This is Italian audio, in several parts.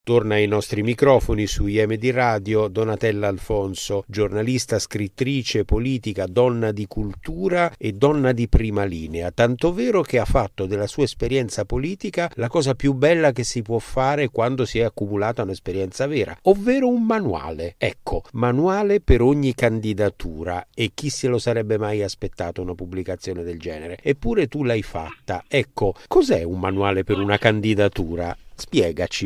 Torna ai nostri microfoni su IMD Radio Donatella Alfonso, giornalista, scrittrice, politica, donna di cultura e donna di prima linea, tanto vero che ha fatto della sua esperienza politica la cosa più bella che si può fare quando si è accumulata un'esperienza vera, ovvero un manuale. Ecco, manuale per ogni candidatura, e chi se lo sarebbe mai aspettato una pubblicazione del genere? Eppure tu l'hai fatta. Ecco, cos'è un manuale per una candidatura? Spiegaci.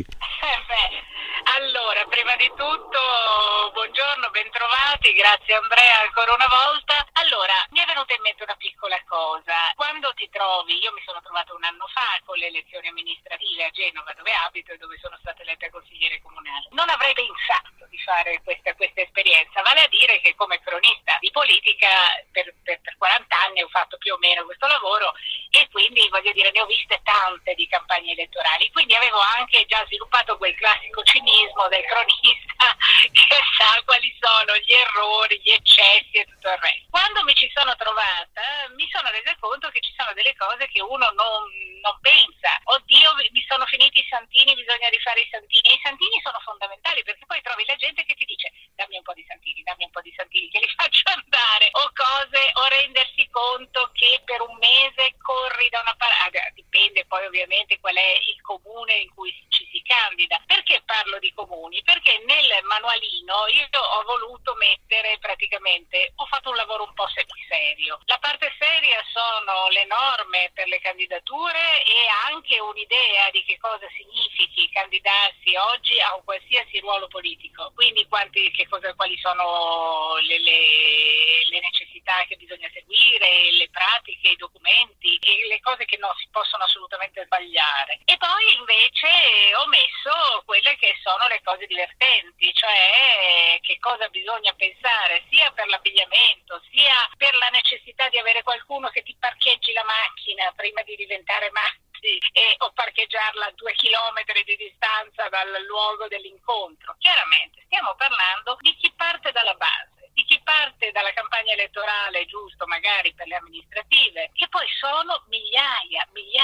Allora, prima di tutto, buongiorno, bentrovati, grazie Andrea ancora una volta. Allora, mi è venuta in mente una piccola cosa. Quando ti trovi, io mi sono trovata un anno fa con le elezioni amministrative a Genova, dove abito e dove sono stata eletta consigliere comunale. Non avrei pensato di fare questa esperienza, vale a dire che come cronista di politica per 40 anni ho fatto più o meno questo lavoro e quindi, voglio dire, ne ho viste tante di campagne elettorali, quindi avevo anche già sviluppato quel classico cinismo del cronista che sa quali sono gli errori, gli eccessi e tutto il resto. Quando mi ci sono trovata mi sono resa conto che ci sono delle cose che uno non pensa. Oddio, mi sono finiti i santini, bisogna rifare i santini. E i santini sono fondamentali, perché poi trovi la gente che ti dice dammi un po' di santini, che li faccio andare, o cose, o rendersi conto che per un mese corri da una parte, dipende poi ovviamente qual è il comune in cui ci si candida. Perché parlo di comuni? Perché nel manualino io ho voluto mettere praticamente, ho fatto un lavoro un po' semiserio. La parte seria sono le norme per le candidature e anche un'idea di che cosa significhi candidarsi oggi a un qualsiasi ruolo politico. Quindi quali sono le necessità che bisogna seguire, le pratiche, i documenti e le cose che non si possono assolutamente sbagliare. E poi invece ho messo quelle che sono le cose divertenti, cioè che cosa bisogna pensare sia per l'abbigliamento, sia per la necessità di avere qualcuno che ti parcheggi la macchina prima di diventare o parcheggiarla a 2 chilometri di distanza dal luogo dell'incontro. Chiaramente stiamo parlando di chi parte dalla base, di chi parte dalla campagna elettorale, giusto, magari per le amministrative, che poi sono migliaia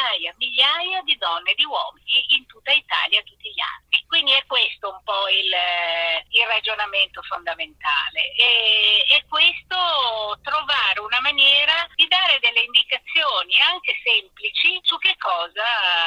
di donne e di uomini in tutta Italia tutti gli anni. Quindi è questo un po' il ragionamento fondamentale e questo, trovare una maniera di dare delle indicazioni anche semplici su che cosa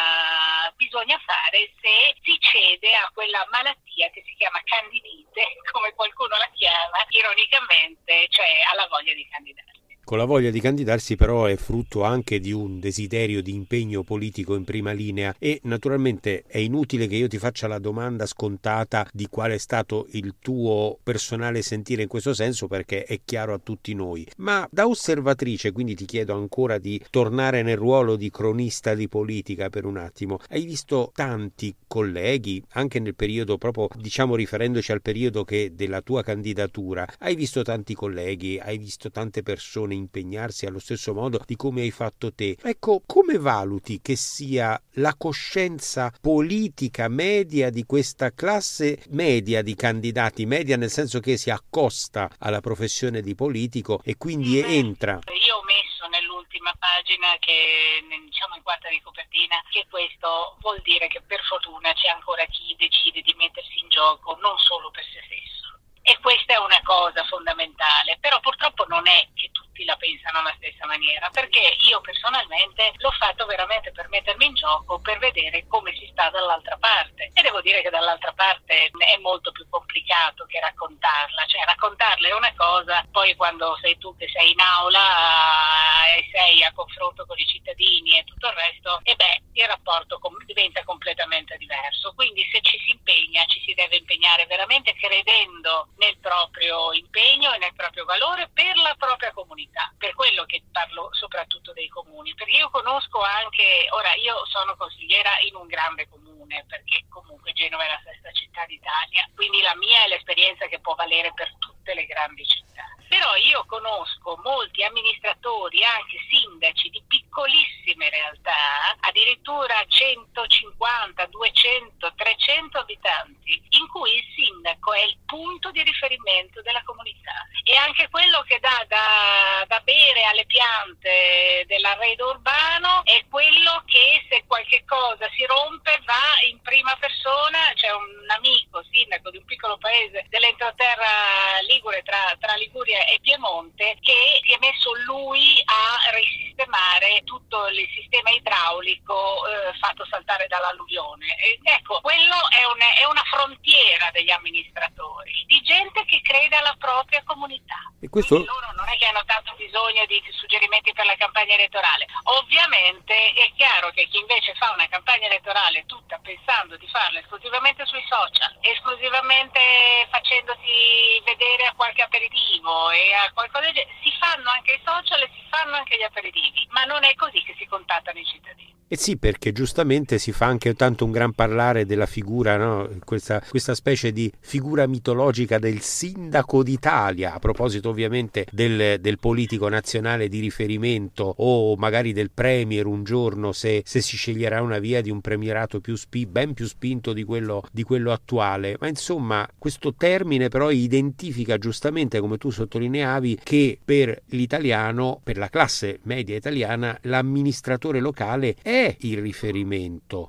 bisogna fare se si cede a quella malattia che si chiama candidite, come qualcuno la chiama ironicamente, cioè alla voglia di candidarsi. Con la voglia di candidarsi però è frutto anche di un desiderio di impegno politico in prima linea e naturalmente è inutile che io ti faccia la domanda scontata di qual è stato il tuo personale sentire in questo senso, perché è chiaro a tutti noi, ma da osservatrice, quindi ti chiedo ancora di tornare nel ruolo di cronista di politica per un attimo. Hai visto tanti colleghi, anche nel periodo proprio, diciamo, riferendoci al periodo che della tua candidatura, hai visto tanti colleghi, hai visto tante persone impegnarsi allo stesso modo di come hai fatto te. Ecco, come valuti che sia la coscienza politica media di questa classe media di candidati, media nel senso che si accosta alla professione di politico e quindi entra? Io ho messo nell'ultima pagina, che diciamo in quarta di copertina, che questo vuol dire che per fortuna c'è ancora chi decide di mettersi in gioco non solo per se stesso. E questa è una cosa fondamentale, però purtroppo non è che tutti la pensano alla stessa maniera, perché io personalmente l'ho fatto veramente per mettermi in gioco, per vedere come si sta dall'altra parte. E devo dire che dall'altra parte è molto più complicato che raccontarla, cioè raccontarla è una cosa, poi quando sei tu che sei in aula e sei a confronto con i cittadini e tutto il resto, il rapporto diventa completamente diverso. Quindi se ci si impegna, ci si deve impegnare veramente credendo nel proprio impegno e nel proprio valore per la propria comunità. Per quello che parlo soprattutto dei comuni, perché io conosco anche, ora io sono consigliera in un grande comune, perché comunque Genova è la sesta città d'Italia, quindi la mia è l'esperienza che può valere per tutte le grandi città. Però io conosco molti amministratori, anche sindaci di piccolissime realtà, addirittura 150, 200, 300 abitanti, in cui il sindaco è il punto di riferimento della comunità. E anche quello che dà da bere alle piante dell'arredo urbano è quello che, se qualche cosa si rompe, va in prima persona, c'è un piccolo paese dell'entroterra ligure tra Liguria e Piemonte, che si è messo lui a risistemare tutto il sistema idraulico fatto saltare dall'alluvione. Ecco, quello è una frontiera degli amministratori, di gente che crede alla propria comunità. E questo... Quindi loro non è che hanno tanto bisogno di suggerimenti per la campagna elettorale. Ovviamente è chiaro che chi invece fa una campagna elettorale tutta pensando di farla esclusivamente sui social, esclusivamente facendoti vedere a qualche aperitivo e a qualcosa del genere, si fanno anche i social e si fanno anche gli aperitivi, ma non è così che si contattano i cittadini. Eh sì, perché giustamente si fa anche tanto un gran parlare della figura, no? Questa specie di figura mitologica del sindaco d'Italia, a proposito ovviamente del politico nazionale di riferimento o magari del premier un giorno, se si sceglierà una via di un premierato ben più spinto di quello attuale. Ma insomma, questo termine però identifica giustamente, come tu sottolineavi, che per l'italiano, per la classe media italiana, l'amministratore locale è il riferimento.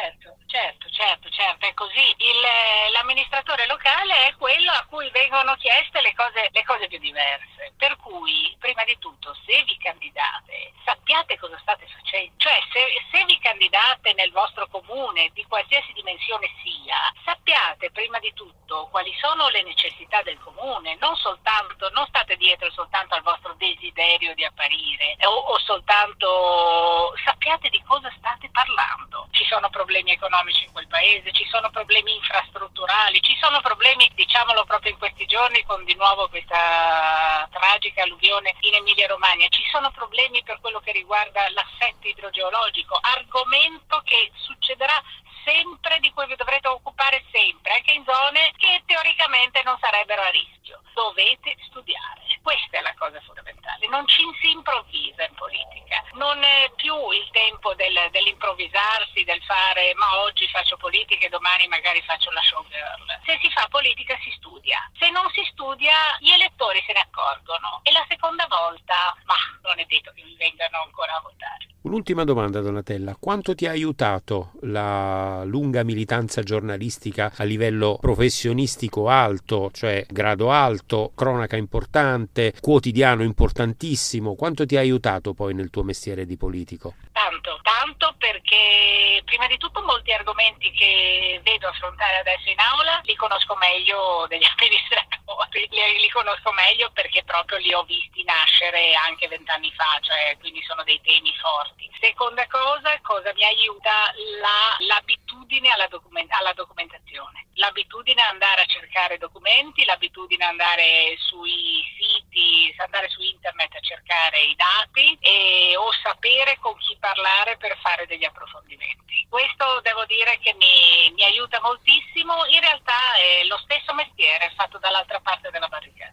Certo, è così. L'amministratore locale è quello a cui vengono chieste le cose più diverse. Per cui, prima di tutto, se vi candidate, sappiate cosa state facendo. Cioè, se vi candidate nel vostro comune, di qualsiasi dimensione sia, sappiate prima di tutto quali sono le necessità del comune, non state dietro soltanto al vostro desiderio di apparire o soltanto sappiate di cosa state parlando. Ci sono problemi economici in quel paese, ci sono problemi infrastrutturali, ci sono problemi, diciamolo proprio in questi giorni con di nuovo questa tragica alluvione in Emilia-Romagna, ci sono problemi per quello che riguarda l'assetto idrogeologico, argomento che succederà sempre, di cui vi dovrete occupare sempre, anche in zone che teoricamente non sarebbero a rischio. Dovete studiare, questa è la cosa fondamentale, non ci si improvvisa in politica, non è più il tempo dell'improvvisarsi, del fare ma oggi faccio politica e domani magari faccio la showgirl. Se si fa politica si studia, se non si studia gli elettori se ne accorgono e la seconda volta non è detto che vi vengano ancora a votare. Un'ultima domanda, Donatella: quanto ti ha aiutato la lunga militanza giornalistica a livello professionistico alto, cioè grado alto, cronaca importante, quotidiano importantissimo? Quanto ti ha aiutato poi nel tuo mestiere di politico? Tanto perché prima di tutto molti argomenti che vedo affrontare adesso in aula li conosco meglio degli amministratori, li conosco meglio perché proprio li ho visti nascere anche 20 anni fa, cioè quindi sono dei temi forti. Seconda cosa mi aiuta l'abitudine alla documentazione, l'abitudine ad andare a cercare documenti, l'abitudine ad andare sui siti, andare su internet a cercare i dati o sapere con chi parlare per fare degli approfondimenti. Questo devo dire che mi aiuta moltissimo, in realtà è lo stesso mestiere fatto dall'altra parte della barricata.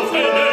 fede